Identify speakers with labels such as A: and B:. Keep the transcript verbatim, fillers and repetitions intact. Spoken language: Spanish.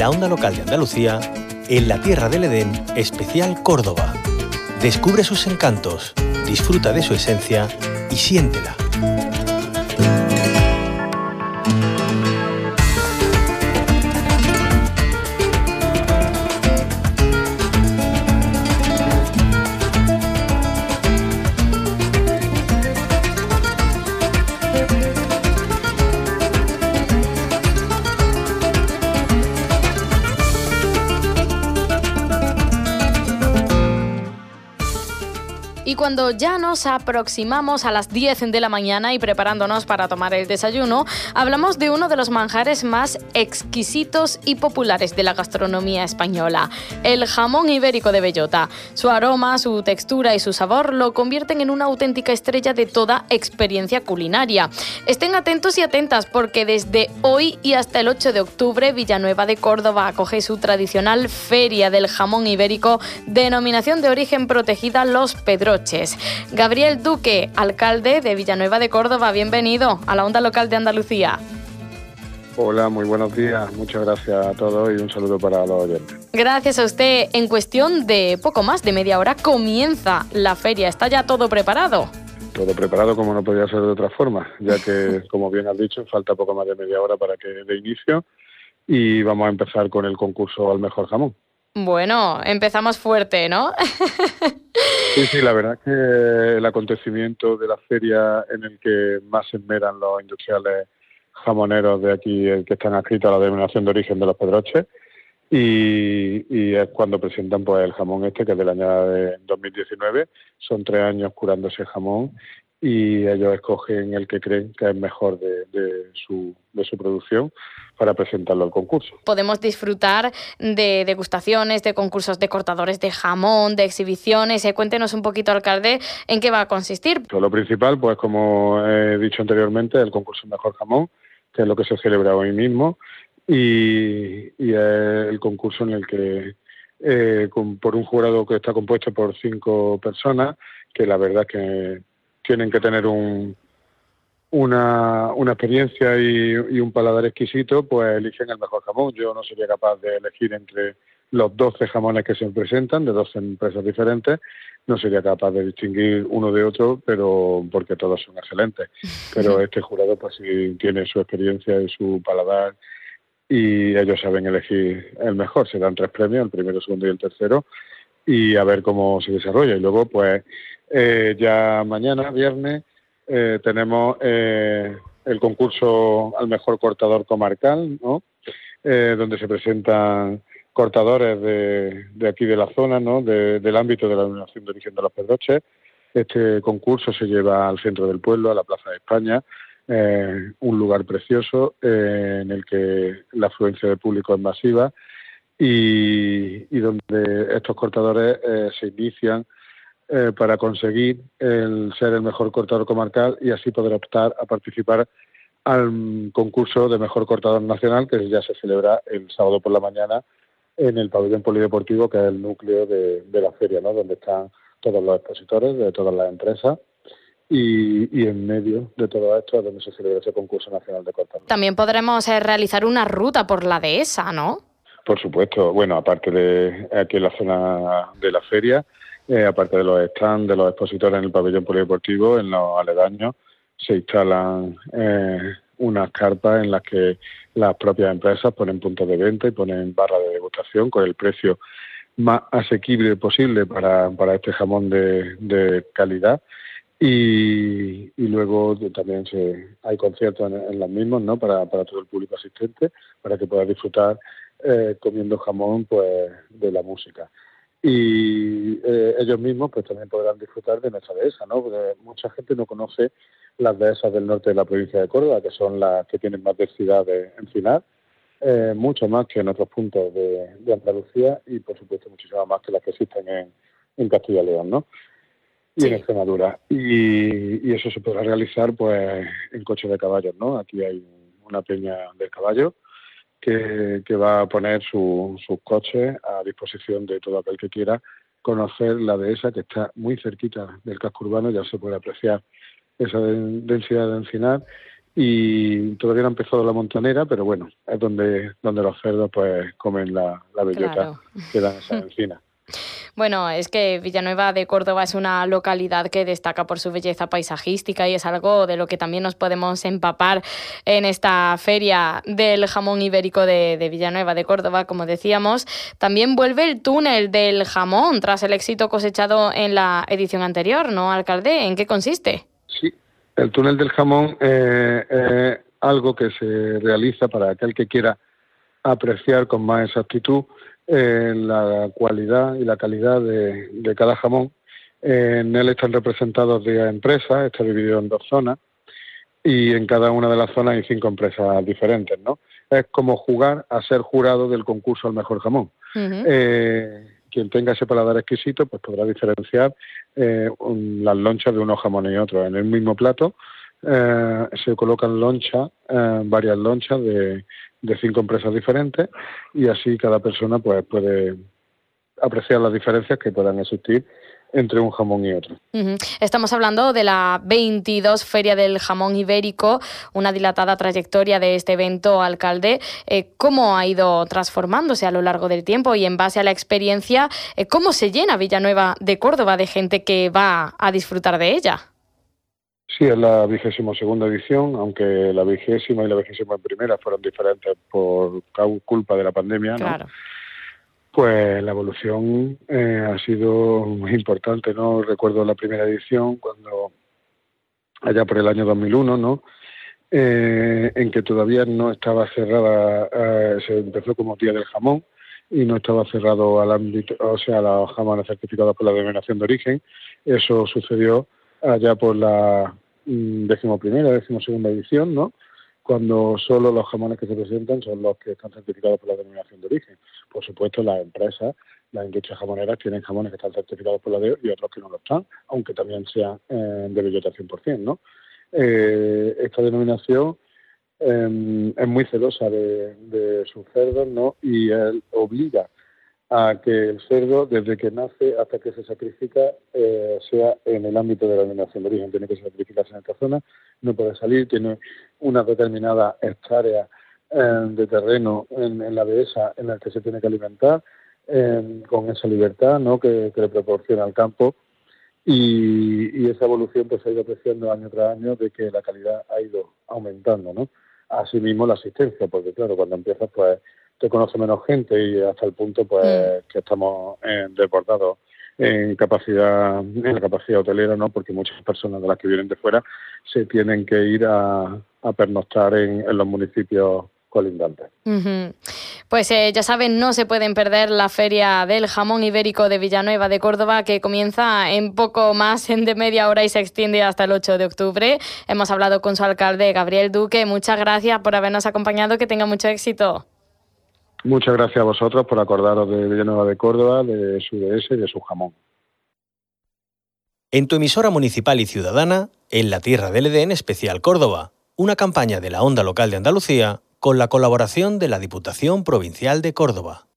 A: la onda local de Andalucía, en la Tierra del Edén, especial Córdoba. Descubre sus encantos, disfruta de su esencia y siéntela.
B: Y cuando ya nos aproximamos a las diez de la mañana y preparándonos para tomar el desayuno, hablamos de uno de los manjares más exquisitos y populares de la gastronomía española, el jamón ibérico de bellota. Su aroma, su textura y su sabor lo convierten en una auténtica estrella de toda experiencia culinaria. Estén atentos y atentas porque desde hoy y hasta el ocho de octubre, Villanueva de Córdoba acoge su tradicional Feria del Jamón Ibérico, denominación de origen protegida Los Pedroches. Gabriel Duque, alcalde de Villanueva de Córdoba, bienvenido a la onda local de Andalucía.
C: Hola, muy buenos días. Muchas gracias a todos y un saludo para los oyentes.
B: Gracias a usted. En cuestión de poco más de media hora comienza la feria. ¿Está ya todo preparado?
C: Todo preparado como no podía ser de otra forma, ya que, como bien has dicho, falta poco más de media hora para que dé inicio y vamos a empezar con el concurso al mejor jamón.
B: Bueno, empezamos fuerte, ¿no?
C: Sí, sí, la verdad es que el acontecimiento de la feria en el que más se esmeran los industriales jamoneros de aquí, el que están adscritos a la denominación de origen de Los Pedroches, y, y es cuando presentan pues el jamón este, que es del año de dos mil diecinueve. Son tres años curando ese jamón y ellos escogen el que creen que es mejor de, de, su, de su producción para presentarlo al concurso.
B: Podemos disfrutar de degustaciones, de concursos de cortadores de jamón, de exhibiciones. Eh, cuéntenos un poquito, alcalde, en qué va a consistir.
C: Lo principal, pues como he dicho anteriormente, el concurso Mejor Jamón, que es lo que se celebra hoy mismo, y, y es el concurso en el que, eh, con, por un jurado que está compuesto por cinco personas, que la verdad es que tienen que tener un, una, una experiencia y, y un paladar exquisito, pues eligen el mejor jamón. Yo no sería capaz de elegir entre los doce jamones que se presentan, de doce empresas diferentes, no sería capaz de distinguir uno de otro, pero porque todos son excelentes. Pero este jurado pues sí tiene su experiencia y su paladar y ellos saben elegir el mejor. Se dan tres premios, el primero, el segundo y el tercero, y a ver cómo se desarrolla. Y luego pues eh, ya mañana, viernes, eh, tenemos eh, el concurso al mejor cortador comarcal, ¿no? Eh, donde se presentan cortadores de, de aquí de la zona, ¿no? De, del ámbito de la denominación de origen de Los Pedroches. Este concurso se lleva al centro del pueblo, a la Plaza de España, eh, un lugar precioso eh, en el que la afluencia de público es masiva y, y donde estos cortadores eh, se inician eh, para conseguir el ser el mejor cortador comarcal y así poder optar a participar al concurso de mejor cortador nacional, que ya se celebra el sábado por la mañana en el pabellón polideportivo, que es el núcleo de, de la feria, ¿no? Donde están todos los expositores de todas las empresas y, y en medio de todo esto es donde se celebra ese concurso nacional de cortadores.
B: También podremos eh, realizar una ruta por la dehesa, ¿no?
C: Por supuesto. Bueno, aparte de aquí en la zona de la feria, eh, aparte de los stands, de los expositores en el pabellón polideportivo, en los aledaños, se instalan eh, unas carpas en las que las propias empresas ponen puntos de venta y ponen barras de degustación con el precio más asequible posible para, para este jamón de, de calidad. Y, y luego también se, hay conciertos en, en los mismos, ¿no? Para, para todo el público asistente, para que pueda disfrutar eh, comiendo jamón pues de la música. Y eh, ellos mismos pues también podrán disfrutar de nuestra dehesa, ¿no? Porque mucha gente no conoce las dehesas del norte de la provincia de Córdoba, que son las que tienen más densidad de encinar, eh, mucho más que en otros puntos de, de Andalucía y por supuesto muchísimas más que las que existen en, en Castilla y León, ¿no? Y sí, en Extremadura. Y, y eso se podrá realizar pues en coche de caballos, ¿no? Aquí hay una peña del caballo que, que va a poner su, sus coches a disposición de todo aquel que quiera conocer la dehesa, que está muy cerquita del casco urbano. Ya se puede apreciar esa densidad de encinar y todavía no ha empezado la montonera, pero bueno, es donde donde los cerdos pues comen la, la bellota
B: Claro.
C: que dan esas encinas.
B: Bueno, es que Villanueva de Córdoba es una localidad que destaca por su belleza paisajística y es algo de lo que también nos podemos empapar en esta feria del jamón ibérico de, de Villanueva de Córdoba, como decíamos. También vuelve el túnel del jamón tras el éxito cosechado en la edición anterior, ¿no, alcalde? ¿En qué consiste?
C: Sí, el túnel del jamón eh, es algo que se realiza para aquel que quiera apreciar con más exactitud eh, la cualidad y la calidad de, de cada jamón. Eh, en él están representados diez empresas, está dividido en dos zonas y en cada una de las zonas hay cinco empresas diferentes, ¿no? Es como jugar a ser jurado del concurso al mejor jamón. Uh-huh. Eh, quien tenga ese paladar exquisito pues podrá diferenciar eh, un, las lonchas de unos jamones y otros. En el mismo plato eh, se colocan lonchas, eh, varias lonchas de, de cinco empresas diferentes y así cada persona pues puede apreciar las diferencias que puedan existir entre un jamón y otro.
B: Uh-huh. Estamos hablando de la veintidós Feria del Jamón Ibérico, una dilatada trayectoria de este evento, alcalde. Eh, ¿Cómo ha ido transformándose a lo largo del tiempo y en base a la experiencia, eh, cómo se llena Villanueva de Córdoba de gente que va a disfrutar de ella?
C: Sí, es la vigésima segunda edición, aunque la vigésima y la vigésima primera fueron diferentes por culpa de la pandemia, ¿no?
B: Claro.
C: Pues la evolución eh, ha sido muy importante, ¿no? Recuerdo la primera edición, cuando allá por el año dos mil uno, ¿no? Eh, en que todavía no estaba cerrada, eh, se empezó como Día del Jamón y no estaba cerrado al ámbito, o sea, los jamones certificados por la denominación de origen. Eso sucedió allá por la mm, decimoprimera, decimosegunda edición, ¿no? Cuando solo los jamones que se presentan son los que están certificados por la denominación de origen. Por supuesto, las empresas, las industrias jamoneras tienen jamones que están certificados por la D E O y otros que no lo están, aunque también sean eh, de bellota cien por ciento, ¿no? Eh, esta denominación eh, es muy celosa de, de sus cerdos, ¿no? Y él obliga a que el cerdo, desde que nace hasta que se sacrifica, eh, sea en el ámbito de la denominación de origen. Tiene que sacrificarse en esta zona, no puede salir, tiene una determinada hectárea eh, de terreno en, en la dehesa en la que se tiene que alimentar, eh, con esa libertad, ¿no?, que, que le proporciona el campo. Y, y esa evolución pues ha ido creciendo año tras año, de que la calidad ha ido aumentando, ¿no? Asimismo la asistencia, porque claro, cuando empiezas pues te conoce menos gente y hasta el punto pues mm. que estamos eh, desbordados en capacidad, en la capacidad hotelera, ¿no? Porque muchas personas de las que vienen de fuera se tienen que ir a, a pernoctar en, en los municipios colindantes.
B: Uh-huh. Pues eh, ya saben, no se pueden perder la Feria del Jamón Ibérico de Villanueva de Córdoba, que comienza en poco más de media hora y se extiende hasta el ocho de octubre. Hemos hablado con su alcalde, Gabriel Duque. Muchas gracias por habernos acompañado, que tenga mucho éxito.
C: Muchas gracias a vosotros por acordaros de Villanueva de Córdoba, de su dehesa y de su jamón.
A: En tu emisora municipal y ciudadana, en la Tierra del Edén Especial Córdoba, una campaña de la Onda Local de Andalucía con la colaboración de la Diputación Provincial de Córdoba.